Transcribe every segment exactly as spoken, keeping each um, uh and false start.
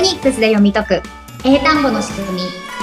ニックスで読み解く英単語の仕組み。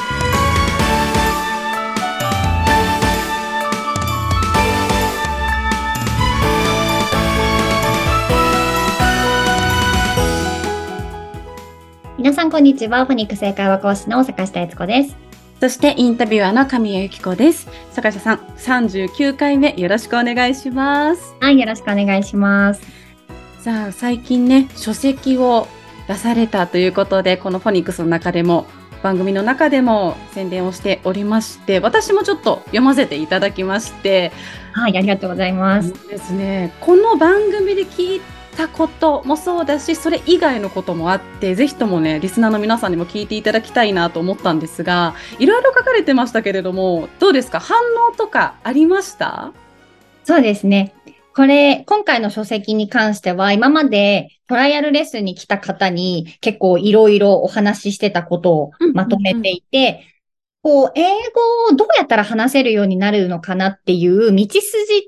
皆さんこんにちは。フォニックス英会話講師の坂下悦子です。 そしてインタビュアーの神谷由紀子です。坂下さん、さんじゅうきゅうかいめよろしくお願いします。 はい、よろしくお願いします。 さあ、最近ね、書籍を出されたということで、このフォニックスの中でも番組の中でも宣伝をしておりまして、私もちょっと読ませていただきまして、 はい、ありがとうございます。 ですね、この番組で聞いたこともそうだし、それ以外のこともあって、ぜひともね、リスナーの皆さんにも聞いていただきたいなと思ったんですが、いろいろ書かれてましたけれども、どうですか？反応とかありました？ そうですね。これ、今回の書籍に関しては、今までトライアルレッスンに来た方に結構いろいろお話ししてたことをまとめていて、こう、英語をどうやったら話せるようになるのかなっていう道筋って、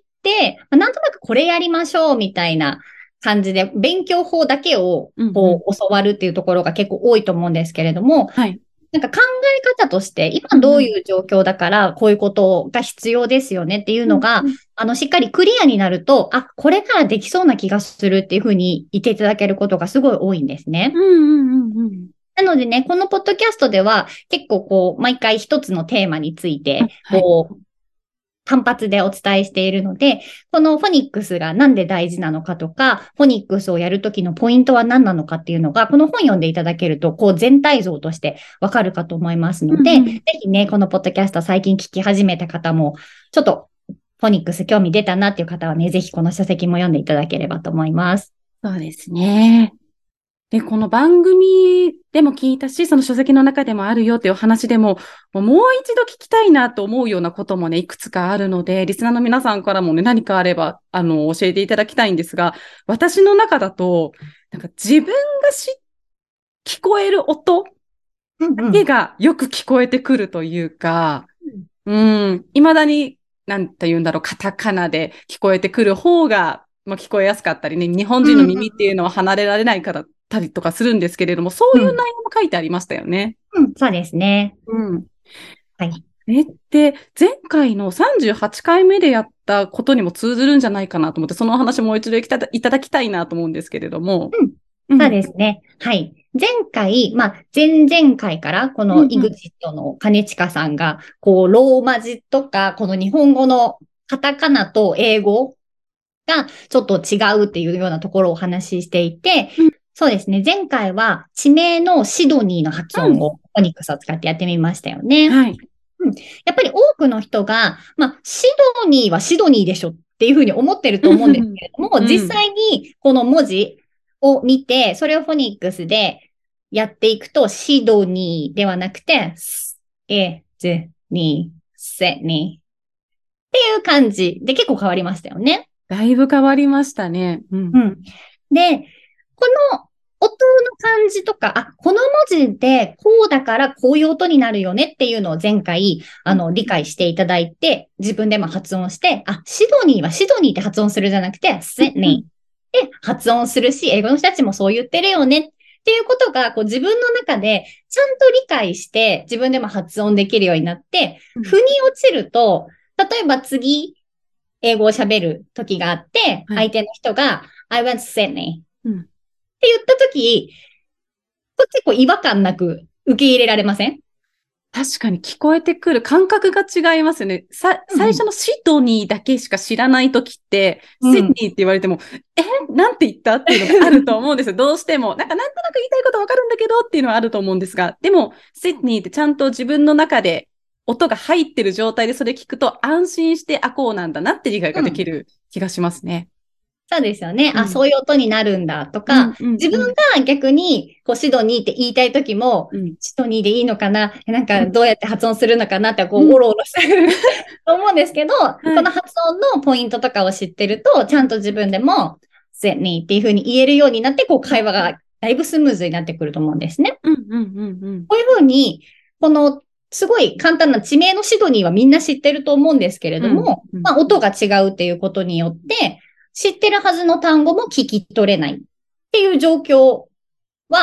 なんとなくこれやりましょうみたいな感じで、勉強法だけをこう教わるっていうところが結構多いと思うんですけれども、 はい。 なんか考え方として、今どういう状況だからこういうことが必要ですよねっていうのが、 うんうん、 あの、しっかりクリアになると、あ、これからできそうな気がするっていうふうに言っていただけることがすごい多いんですね。 うんうんうんうん。 なのでね、このポッドキャストでは結構こう、毎回一つのテーマについて、 はい。 こう、単発でお伝えしているので、このフォニックスがなんで大事なのかとか、フォニックスをやるときのポイントは何なのかっていうのが、この本読んでいただけると、こう全体像としてわかるかと思いますので、 うんうん、 ぜひね、このポッドキャスト最近聞き始めた方も、ちょっとフォニックス興味出たなっていう方はね、ぜひこの書籍も読んでいただければと思います。 そうですね。で、この番組でも聞いたし、その書籍の中でもあるよっていう話でも、もう一度聞きたいなと思うようなこともね、いくつかあるので、リスナーの皆さんからもね、何かあれば、あの、教えていただきたいんですが、私の中だと、なんか自分がし、聞こえる音うんうん。 だけがよく聞こえてくるというか、うん、未だに、なんて言うんだろう、カタカナで聞こえてくる方が、まあ、聞こえやすかったりね、日本人のうんうん耳っていうのは離れられないからったりとかするんですけれども、そういううん。 内容も書いてありましたよね。 うん、そうですね。 うん。 はい。 えって、前回のさんじゅうはちかいめでやったことにも通ずるんじゃないかなと思って、そのお話もう一度いただいただきたいなと思うんですけれども。 うん。そううん。 ですね。はい。前回、まあ、前々回から、このうんうん。 EXIT の兼近さんが、こう、ローマ字とか、この日本語のカタカナと英語がちょっと違うっていうようなところをお話ししていて、 うんそうですね。前回は地名のシドニーの発うん。 音をフォニックスを使ってやってみましたよね。 はい。 うん、やっぱり多くの人が、まあ、シドニーはシドニーでしょっていうふうに思ってると思うんですけれども、実うん。 際にこの文字を見て、それをフォニックスでやっていくと、シドニーではなくて、ス、エ、ズ、ニー、セニーっていう感じで結構変わりましたよね。 だいぶ変わりましたね。うん。 うん。で、この音の感じとか、あ、この文字でこうだからこういう音になるよねっていうのを前回、あの、理解していただいて、自分でも発音して、あ、シドニーはシドニーって発音するじゃなくて、シドニーって発音するし、英語の人たちもそう言ってるよねっていうことが、こう自分の中でちゃんと理解して、自分でも発音できるようになって、 うん。 腑に落ちると、例えば次、英語を喋る時があって、 はい。 相手の人が、I went to Sydney ってうん。 言った時、これ結構違和感なく受け入れられません？ 確かに聞こえてくる感覚が違いますよね。さ、 うんうん。 最初のシドニーだけしか知らないときって、 うん。 シドニーって言われても、え、なんて言ったっていうのがあると思うんですよ。どうしても。なんかなんとなく言いたいことわかるんだけどっていうのはあると思うんですが、でも、シドニーってちゃんと自分の中で音が入ってる状態でそれ聞くと安心して、あ、こうなんだなって理解ができる気がしますね。 そうですよね。あ、 うん。 そういう音になるんだとか、 うんうん自分うん。 が逆にこうシドニーって言いたい時も、 うん。 シドニーでいいのかな、なんうん。 かどうやって発音するのかなってこう、おうん。 ろおろしてると思うんですけど、 はい。 この発音のポイントとかを知ってると、ちゃんと自分でも、シドニーっていう風に言えるようになって、こう会話がだいぶスムーズになってくると思うんですね。 うんうんうんうん。 こういうふうに、この、すごい簡単な地名のシドニーはみんな知ってると思うんですけれうんども、 うん。 まあ音が違うっていうことによって、知ってるはずの単語も聞き取れないっていう状況は、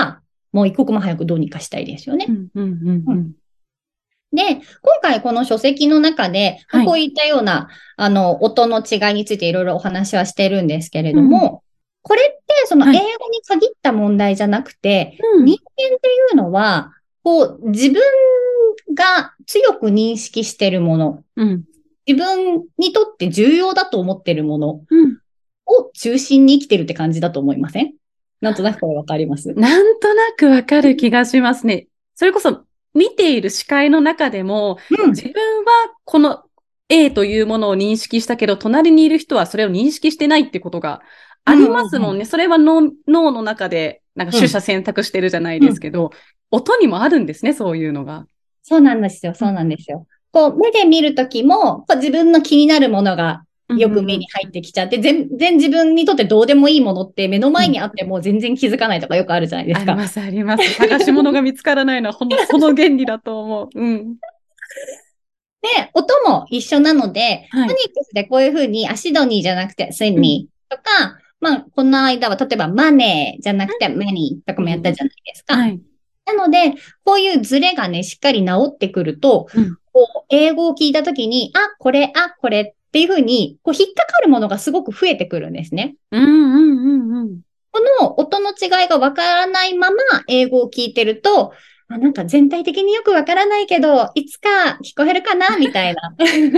もう一刻も早くどうにかしたいですよね。 うんうんうんうん、 で、今回この書籍の中で、はい、こういったような、あの、音の違いについていろいろお話はしてるんですけれども、うん、これってその英語に限った問題じゃなくて、はい、人間っていうのは、こう、自分が強く認識しているもの、うん、自分にとって重要だと思っているものを中心に生きてるって感じだと思いません？なんとなくこれわかります？ なんとなくわかる気がしますね。それこそ見ている視界の中でも、うん、自分はこの A というものを認識したけど、隣にいる人はそれを認識してないってことがありますもんね。うんうんうん、それは脳、脳の中でなんか取捨選択してるじゃないですけど、うんうん、音にもあるんですね、そういうのが。 そうなんですよ、そうなんですよ。こう、目で見るときも、こう自分の気になるものがよく目に入ってきちゃって、うんうんうん、全然自分にとってどうでもいいものって目の前にあっても全然気づかないとかよくあるじゃないですか。 あります、あります。探し物が見つからないのはほんのその原理だと思う。うん。 で、音も一緒なので、はい、フォニックスでこういうふうにアシドニーじゃなくてスニーとか、うん、まあ、この間は例えばマネーじゃなくてマニーとかもやったじゃないですか。うんはい、なので、こういうズレがね、しっかり治ってくると、うん、こう英語を聞いたときに、あ、これ、あ、これっていうふうに、こう引っかかるものがすごく増えてくるんですね。 うんうんうんうん。 この音の違いがわからないまま英語を聞いてると、あ、なんか全体的によくわからないけど、いつか聞こえるかなみたいな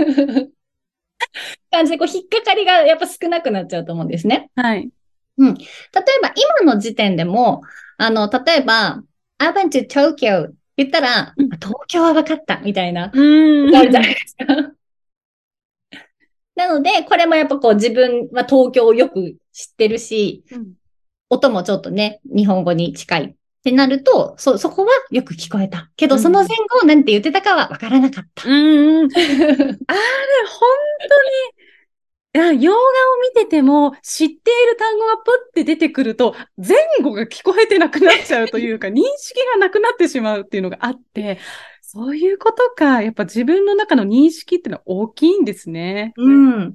感じで、こう引っかかりがやっぱ少なくなっちゃうと思うんですね。 はい。 うん。例えば今の時点でも、あの、例えば、I went to Tokyo って言ったら、うん、東京は分かったみたいな、うん。あるじゃないですか。なので、これもやっぱこう自分は東京をよく知ってるし、うん、音もちょっとね、日本語に近いってなると、そ、そこはよく聞こえた。けど、その前後なんて言ってたかは分からなかった。 うん。あれ、本当に。洋画を見てても、知っている単語がプッて出てくると、前後が聞こえてなくなっちゃうというか、認識がなくなってしまうっていうのがあって、そういうことか。やっぱ自分の中の認識っていうのは大きいんですね。 うん。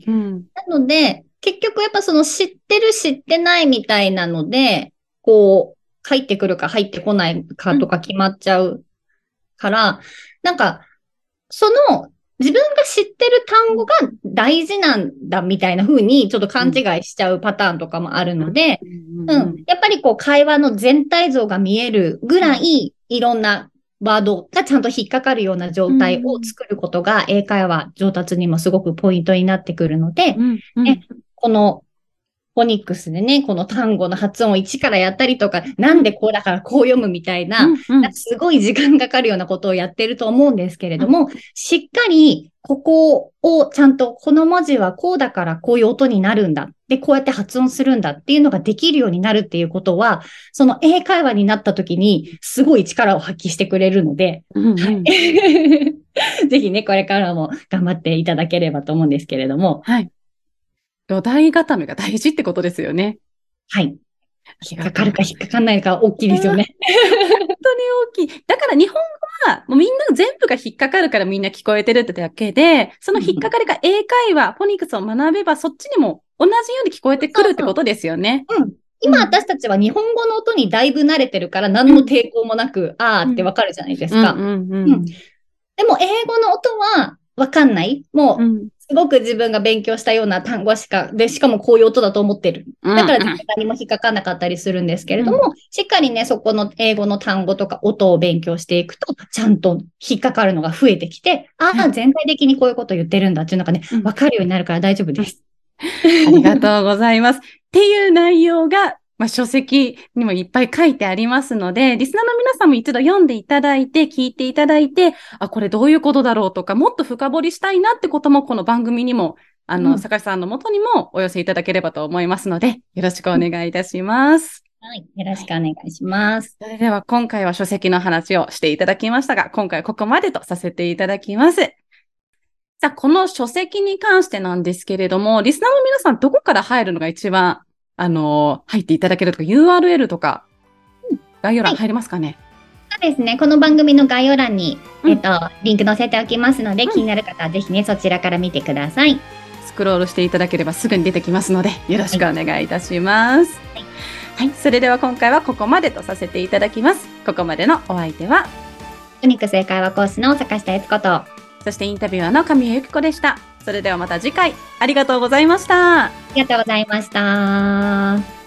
うん、なので、結局やっぱその知ってる知ってないみたいなので、こう、入ってくるか入ってこないかとか決まっちゃうから、うん、なんか、その、自分が知ってる単語が大事なんだみたいな風にちょっと勘違いしちゃうパターンとかもあるので、うん。やっぱりこう会話の全体像が見えるぐらいいろんなワードがちゃんと引っかかるような状態を作ることが英会話上達にもすごくポイントになってくるので、うんうん、ね、このフォニックスでね、この単語の発音を一からやったりとか、なんでこうだからこう読むみたいな、うんうん、すごい時間かかるようなことをやってると思うんですけれども、うん、しっかりここをちゃんとこの文字はこうだからこういう音になるんだ。で、こうやって発音するんだっていうのができるようになるっていうことは、その英会話になった時にすごい力を発揮してくれるので、うんうん、ぜひね、これからも頑張っていただければと思うんですけれども、 はい。土台固めが大事ってことですよね。 はい。引っかかるか引っかかんないか大きいですよね。 本当に大きい。だから日本語はもうみんな全部が引っかかるからみんな聞こえてるってだけで、その引っかかりが英会話、うん、フォニックスを学べばそっちにも同じように聞こえてくるってことですよね。 そうそう。うん。今私たちは日本語の音にだいぶ慣れてるから何の抵抗もなく、うん、あーってわかるじゃないですか。でも英語の音はわかんない。もう、うんすごく自分が勉強したような単語しか、で、しかもこういう音だと思ってる。だから何も引っかかんなかったりするんですけれども、うん、しっかりね、そこの英語の単語とか音を勉強していくと、ちゃんと引っかかるのが増えてきて、ああ、全体的にこういうこと言ってるんだっていうのがね、わかるようになるから大丈夫です。 ありがとうございます。っていう内容が、まあ、書籍にもいっぱい書いてありますので、リスナーの皆さんも一度読んでいただいて、聞いていただいて、あ、これどういうことだろうとか、もっと深掘りしたいなってことも、この番組にも、あの、うん、坂井さんの元にもお寄せいただければと思いますので、よろしくお願いいたします。 はい。よろしくお願いします。 それでは今回は書籍の話をしていただきましたが、今回はここまでとさせていただきます。じゃあ、この書籍に関してなんですけれども、リスナーの皆さんどこから入るのが一番あの、入っていただけるとか、ユーアールエル とか、概要欄入りますかね、 はい、そうですね。この番組の概要欄に、うん、えっと、リンク載せておきますので、うん、気になる方はぜひね、そちらから見てください。 スクロールしていただければすぐに出てきますので、よろしくお願いいたします。はい。 はい。それでは今回はここまでとさせていただきます。ここまでのお相手は、 お肉正解は講師の坂下悦子と、 そしてインタビュアーの神谷由紀子でした。それではまた次回、ありがとうございました。 ありがとうございました。